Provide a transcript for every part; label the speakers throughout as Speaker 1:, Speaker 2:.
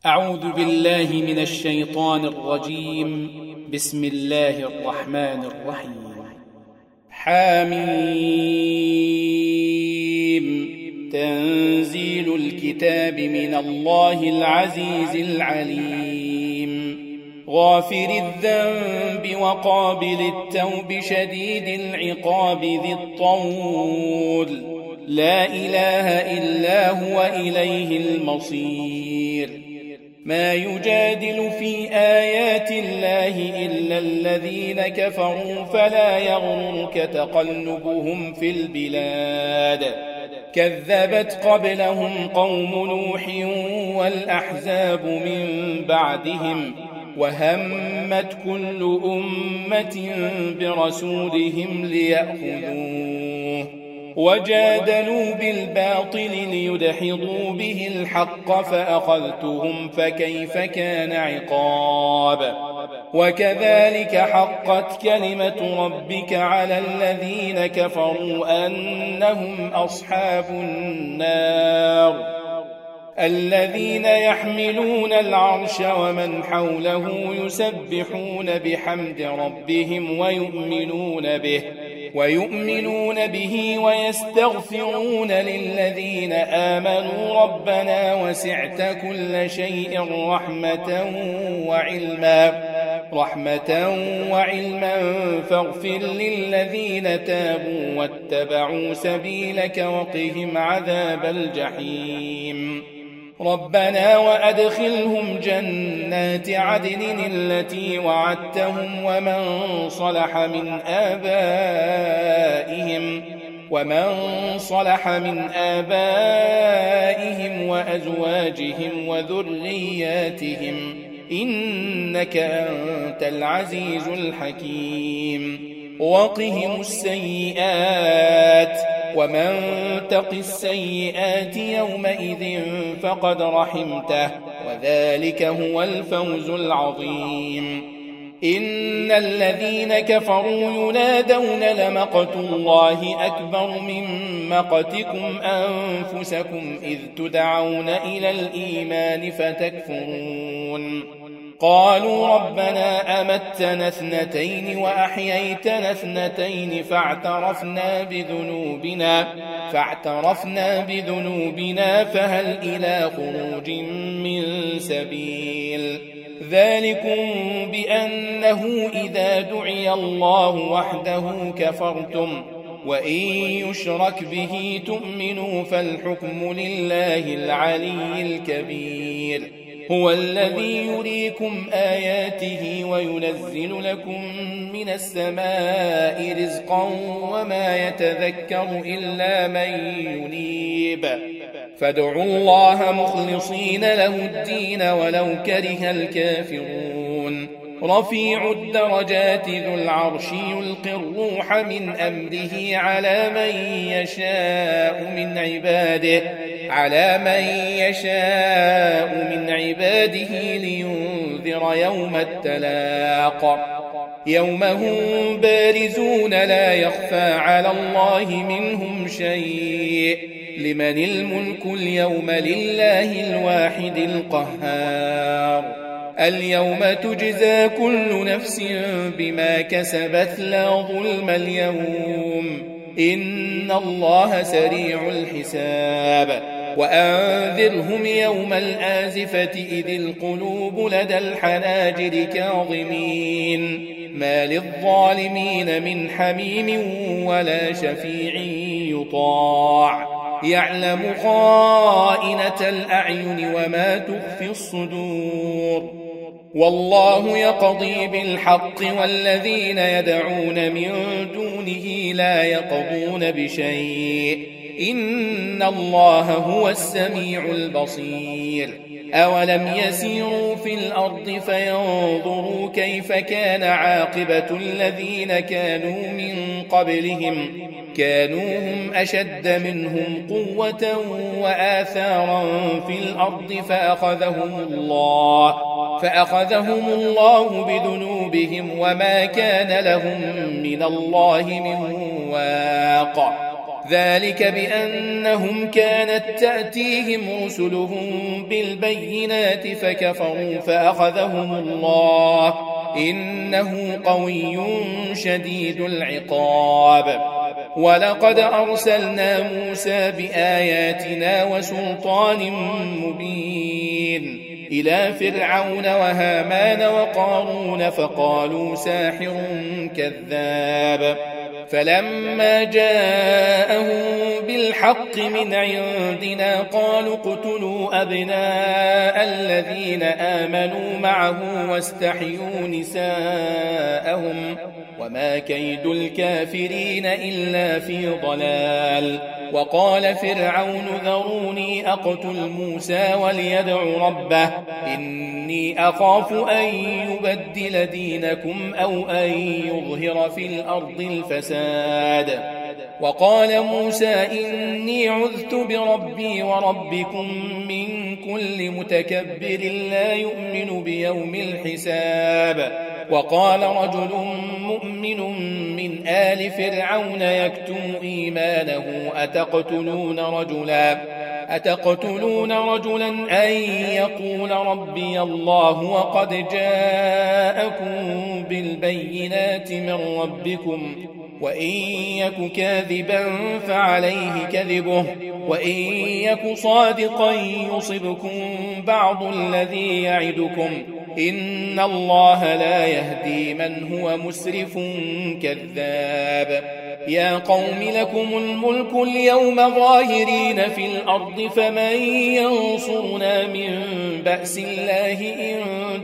Speaker 1: أعوذ بالله من الشيطان الرجيم. بسم الله الرحمن الرحيم. حميم. تنزيل الكتاب من الله العزيز العليم. غافر الذنب وقابل التوب شديد العقاب ذي الطول، لا إله إلا هو إليه المصير. ما يجادل في آيات الله إلا الذين كفروا فلا يغررك تقلبهم في البلاد. كذبت قبلهم قوم نوح والأحزاب من بعدهم، وهمت كل أمة برسولهم ليأخذوه، وجادلوا بالباطل ليدحضوا به الحق فأخذتهم فكيف كان عقاب. وكذلك حقت كلمة ربك على الذين كفروا أنهم أصحاب النار. الذين يحملون العرش ومن حوله يسبحون بحمد ربهم ويؤمنون به ويستغفرون للذين آمنوا ربنا وسعت كل شيء رحمة وعلما فاغفر للذين تابوا واتبعوا سبيلك وقهم عذاب الجحيم. ربنا وأدخلهم جنات عدن التي وعدتهم ومن صلح من آبائهم وأزواجهم وذرياتهم إنك أنت العزيز الحكيم. وقهم السيئات، ومن تق السيئات يومئذ فقد رحمته، وذلك هو الفوز العظيم. إن الذين كفروا ينادون لمقت الله أكبر من مقتكم أنفسكم إذ تدعون إلى الإيمان فتكفرون. قالوا ربنا أمتنا اثنتين وأحييتنا اثنتين فاعترفنا بذنوبنا فهل إلى خروج من سبيل. ذلكم بأنه إذا دعي الله وحده كفرتم، وإن يشرك به تؤمنوا فالحكم لله العلي الكبير. هو الذي يريكم آياته وينزل لكم من السماء رزقا وما يتذكر إلا من ينيب. فادعوا الله مخلصين له الدين ولو كره الكافرون. رفيع الدرجات ذو العرش يلقي الروح من أمره على من يشاء من عباده لينذر يوم التلاق. يوم هم بارزون لا يخفى على الله منهم شيء. لمن الملك اليوم لله الواحد القهار. اليوم تجزى كل نفس بما كسبت لا ظلم اليوم إن الله سريع الحساب. وأنذرهم يوم الآزفة إذ القلوب لدى الحناجر كاظمين ما للظالمين من حميم ولا شفيع يطاع. يعلم خائنة الأعين وما تخفي الصدور. والله يقضي بالحق والذين يدعون من دونه لا يقضون بشيء إن الله هو السميع البصير. أولم يسيروا في الأرض فينظروا كيف كان عاقبة الذين كانوا من قبلهم كانوا هم أشد منهم قوة وآثارا في الأرض فأخذهم الله بذنوبهم وما كان لهم من الله من واق. ذلك بأنهم كانت تأتيهم رسلهم بالبينات فكفروا فأخذهم الله إنه قوي شديد العقاب. ولقد أرسلنا موسى بآياتنا وسلطان مبين إلى فرعون وهامان وقارون فقالوا ساحر كذاب. فلما جاءهم بالحق من عندنا قالوا اقتلوا أبناء الذين آمنوا معه واستحيوا نساءهم وما كيد الكافرين إلا في ضلال. وقال فرعون ذروني أقتل موسى وليدع ربه إني أخاف أن يبدل دينكم أو أن يظهر في الأرض الفساد. وقال موسى إني عذت بربي وربكم من كل متكبر لا يؤمن بيوم الحساب. وقال رجل مؤمن من آل فرعون يكتم إيمانه أتقتلون رجلا أن يقول ربي الله وقد جاءكم بالبينات من ربكم وإن يك كاذبا فعليه كذبه وإن يك صادقا يصبكم بعض الذي يعدكم إن الله لا يهدي من هو مسرف كذاب. يا قوم لكم الملك اليوم ظاهرين في الأرض فمن ينصرنا من بأس الله إن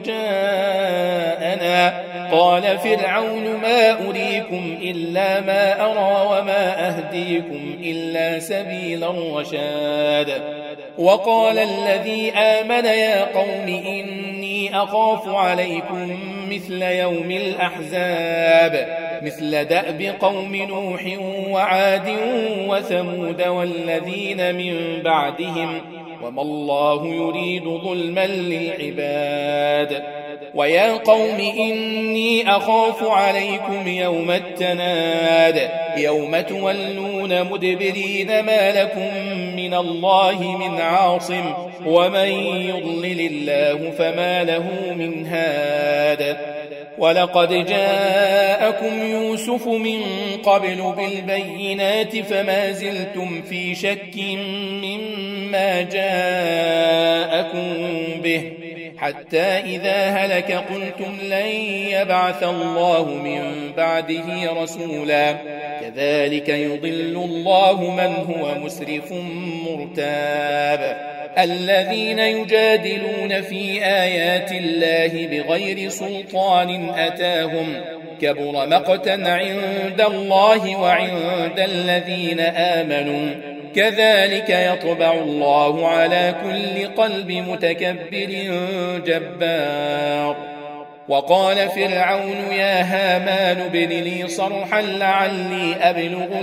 Speaker 1: جاءنا. قال فرعون ما أريكم إلا ما أرى وما أهديكم إلا سبيل الرشاد. وقال الذي آمن يا قوم إني أخاف عليكم مثل يوم الأحزاب مثل دأب قوم نوح وعاد وثمود والذين من بعدهم وما الله يريد ظلما للعباد. ويا قوم إني أخاف عليكم يوم التناد يوم تولون مدبرين ما لكم من الله من عاصم ومن يضلل الله فما له من هاد. ولقد جاءكم يوسف من قبل بالبينات فما زلتم في شك مما جاءكم به حتى إذا هلك قلتم لن يبعث الله من بعده رسولا كذلك يضل الله من هو مسرف مرتاب. الذين يجادلون في آيات الله بغير سلطان أتاهم كبر مقتا عند الله وعند الذين آمنوا كذلك يطبع الله على كل قلب متكبر جبار. وقال فرعون يا هامان ابن لي صرحا لعلي أبلغ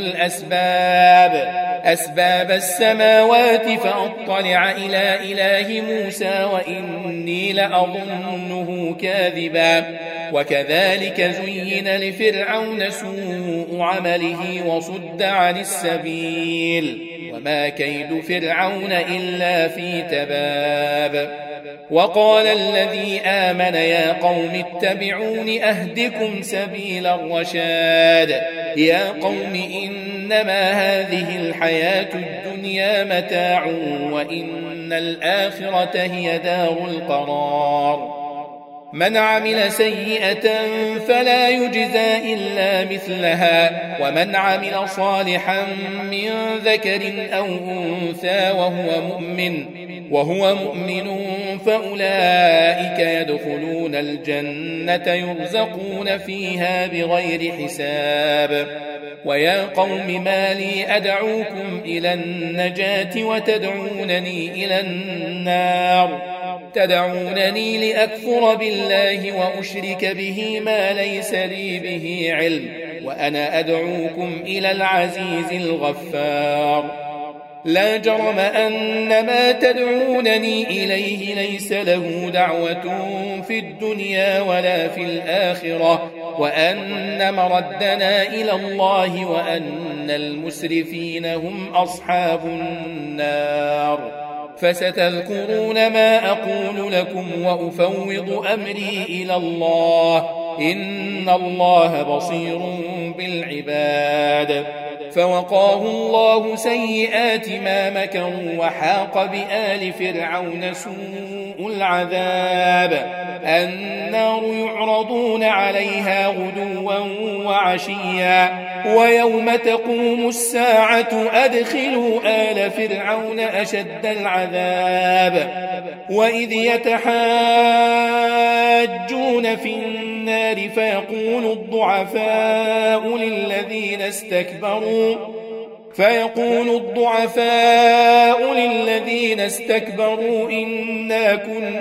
Speaker 1: أسباب السماوات فأطلع إلى إله موسى وإني لأظنه كاذبا. وكذلك زين لفرعون سوء عمله وصد عن السبيل وما كيد فرعون إلا في تباب. وقال الذي آمن يا قوم اتبعون أهدكم سبيل الرشاد. يا قوم إنما هذه الحياة الدنيا متاع وإن الآخرة هي دار القرار. من عمل سيئة فلا يجزى إلا مثلها ومن عمل صالحا من ذكر أو أنثى وهو مؤمن فأولئك يدخلون الجنة يرزقون فيها بغير حساب. ويا قوم ما لي أدعوكم إلى النجاة وتدعونني إلى النار تدعونني لأكفر بالله وأشرك به ما ليس لي به علم وأنا أدعوكم إلى العزيز الغفار. لا جرم أن ما تدعونني إليه ليس له دعوة في الدنيا ولا في الآخرة وأن مردنا إلى الله وأن إن المسرفين هم أصحاب النار. فستذكرون ما أقول لكم وأفوض أمري إلى الله، إن الله بصير بالعباد. فوقاه الله سيئات ما مكروا وحاق بآل فرعون سوء العذاب. النار يعرضون عليها غدوا وعشيا ويوم تقوم الساعة أدخلوا آل فرعون أشد العذاب. وإذ يتحاجون في النار فيقول الضعفاء للذين استكبروا إنا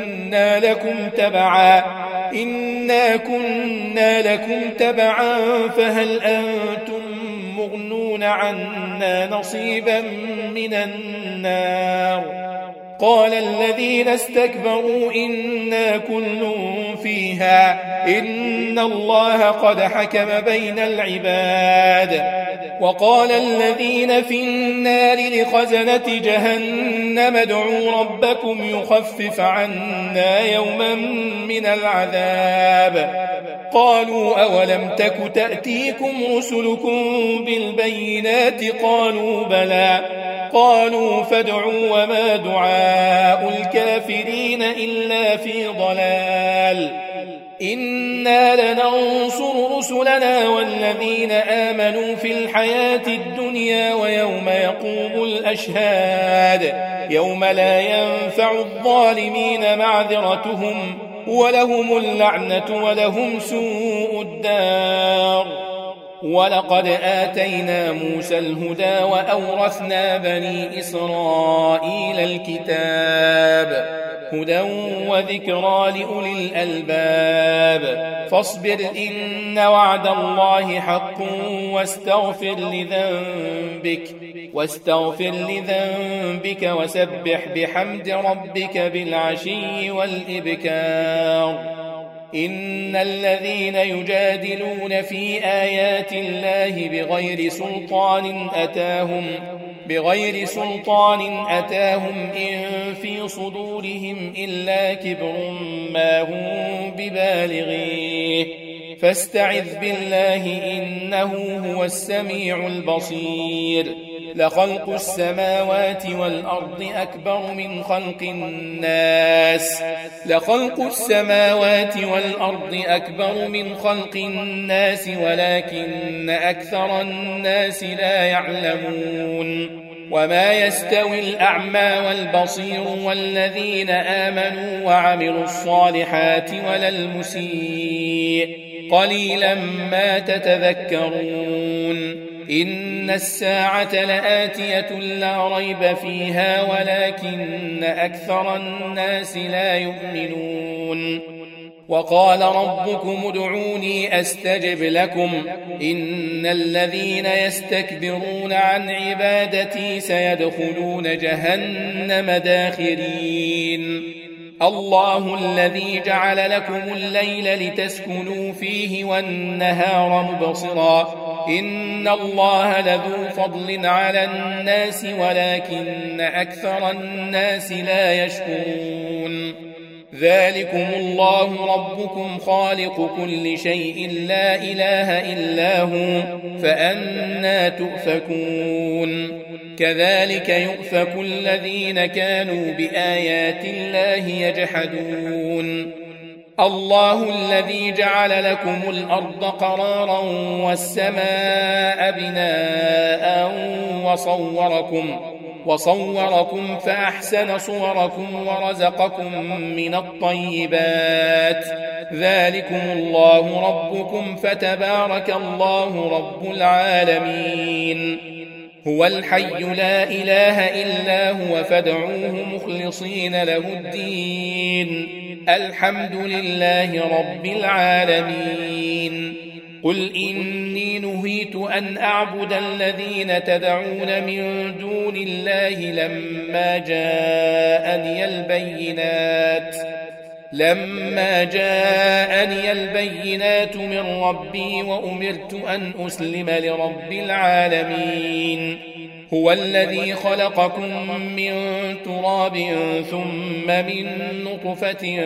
Speaker 1: كنا لكم تبعا فهل أنتم مغنون عنا نصيبا من النار. قال الذين استكبروا إنا كل فيها إن الله قد حكم بين العباد. وقال الذين في النار لخزنة جهنم ادعوا ربكم يخفف عنا يوما من العذاب. قالوا أولم تك تأتيكم رسلكم بالبينات قالوا بلى. قالوا فادعوا وما دعاء الكافرين إلا في ضلال. إنا لننصر رسلنا والذين آمنوا في الحياة الدنيا ويوم يقوم الأشهاد يوم لا ينفع الظالمين معذرتهم ولهم اللعنة ولهم سوء الدار. ولقد آتينا موسى الهدى وأورثنا بني إسرائيل الكتاب هدى وذكرى لأولي الألباب. فاصبر إن وعد الله حق واستغفر لذنبك وسبح بحمد ربك بالعشي والإبكار. إن الذين يجادلون في آيات الله بغير سلطان أتاهم إن في صدورهم إلا كبر ما هم ببالغيه فاستعذ بالله إنه هو السميع البصير. لخلق السماوات والأرض أكبر من خلق الناس ولكن أكثر الناس لا يعلمون. وما يستوي الأعمى والبصير والذين آمنوا وعملوا الصالحات ولا المسيء قليلا ما تتذكرون. إن الساعة لآتية لا ريب فيها ولكن أكثر الناس لا يؤمنون. وقال ربكم ادعوني أستجب لكم إن الذين يستكبرون عن عبادتي سيدخلون جهنم داخرين. الله الذي جعل لكم الليل لتسكنوا فيه والنهار مبصرا إن الله لذو فضل على الناس ولكن أكثر الناس لا يشكرون. ذلكم الله ربكم خالق كل شيء لا إله إلا هو فأنى تؤفكون. كذلك يؤفك الذين كانوا بآيات الله يجحدون. الله الذي جعل لكم الأرض قرارا والسماء بناء وصوركم فأحسن صوركم ورزقكم من الطيبات. ذلكم الله ربكم فتبارك الله رب العالمين. هو الحي لا إله إلا هو فادعوه مخلصين له الدين الحمد لله رب العالمين. قل إني نهيت أن أعبد الذين تدعون من دون لما جاءني البينات من ربي وأمرت أن أسلم لرب العالمين هو الذي خلقكم من تراب ثم من نطفة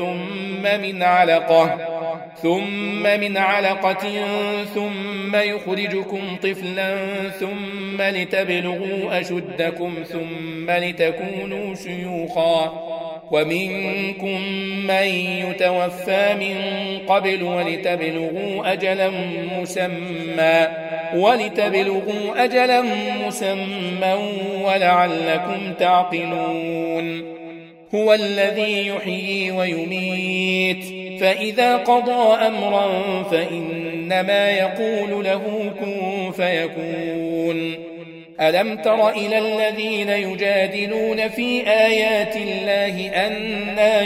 Speaker 1: ثم من علقة ثم يخرجكم طفلا ثم لتبلغوا أشدكم ثم لتكونوا شيوخا ومنكم من يتوفى من قبل ولتبلغوا أجلا مسمى ولعلكم تعقلون هو الذي يحيي ويميت فإذا قضى أمرا فإنما يقول له كن فيكون ألم تر إلى الذين يجادلون في آيات الله أنى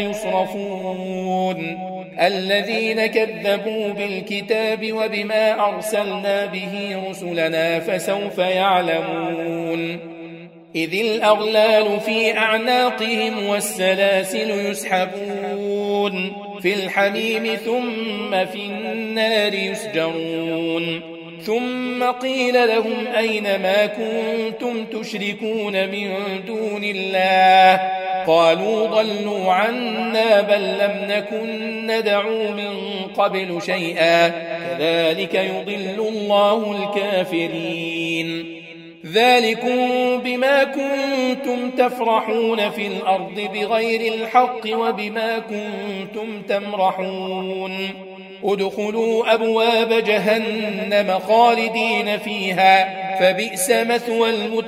Speaker 1: يصرفون الذين كذبوا بالكتاب وبما أرسلنا به رسلنا فسوف يعلمون إذ الأغلال في أعناقهم والسلاسل يسحبون في الحميم ثم في النار يسجرون ثم قيل لهم أين ما كنتم تشركون من دون الله قالوا ضلوا عنا بل لم نكن ندعو من قبل شيئا كذلك يضل الله الكافرين ذلكم بما كنتم تفرحون في الأرض بغير الحق وبما كنتم تمرحون ادخلوا أبواب جهنم خالدين فيها فبئس مثوى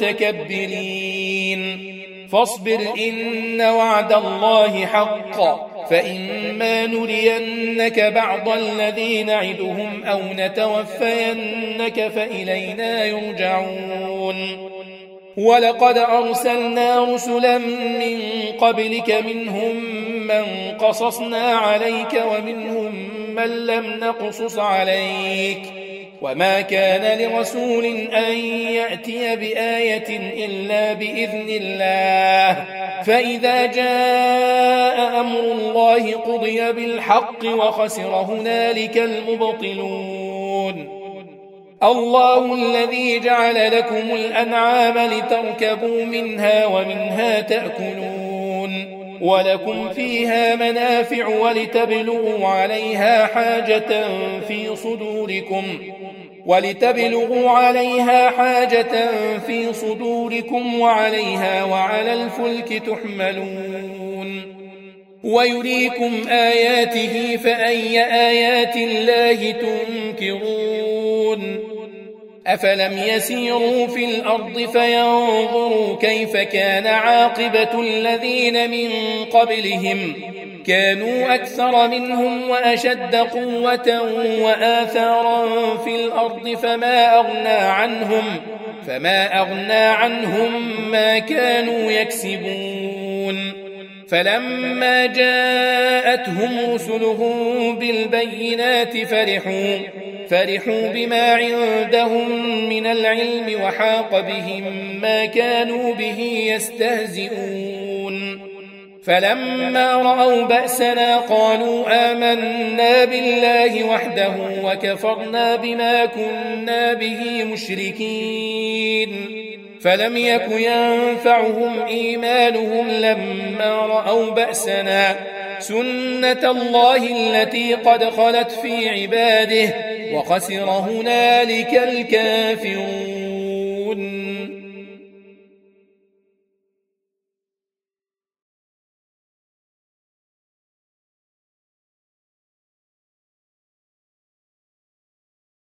Speaker 1: المتكبرين فاصبر إن وعد الله حق فإما نرينك بعض الذي نعدهم أو نتوفينك فإلينا يرجعون ولقد أرسلنا رسلا من قبلك منهم من قصصنا عليك ومنهم من لم نقصص عليك وما كان لرسول أن يأتي بآية إلا بإذن الله فإذا جاء أمر الله قضي بالحق وخسر هنالك المبطلون الله الذي جعل لكم الأنعام لتركبوا منها ومنها تأكلون ولكم فيها منافع ولتبلغوا عليها حاجة في صدوركم وعليها وعلى الفلك تحملون ويريكم آياته فأي آيات الله تنكرون أفلم يسيروا في الأرض فينظروا كيف كان عاقبة الذين من قبلهم كانوا أكثر منهم وأشد قوة وآثارا في الأرض فما أغنى عنهم ما كانوا يكسبون فلما جاءتهم رسلهم بالبينات فرحوا بما عندهم من العلم وحاق بهم ما كانوا به يستهزئون فلما رأوا بأسنا قالوا آمنا بالله وحده وكفرنا بما كنا به مشركين فلم يك ينفعهم إيمانهم لما رأوا بأسنا سنة الله التي قد خلت في عباده وخسر هنالك الكافرون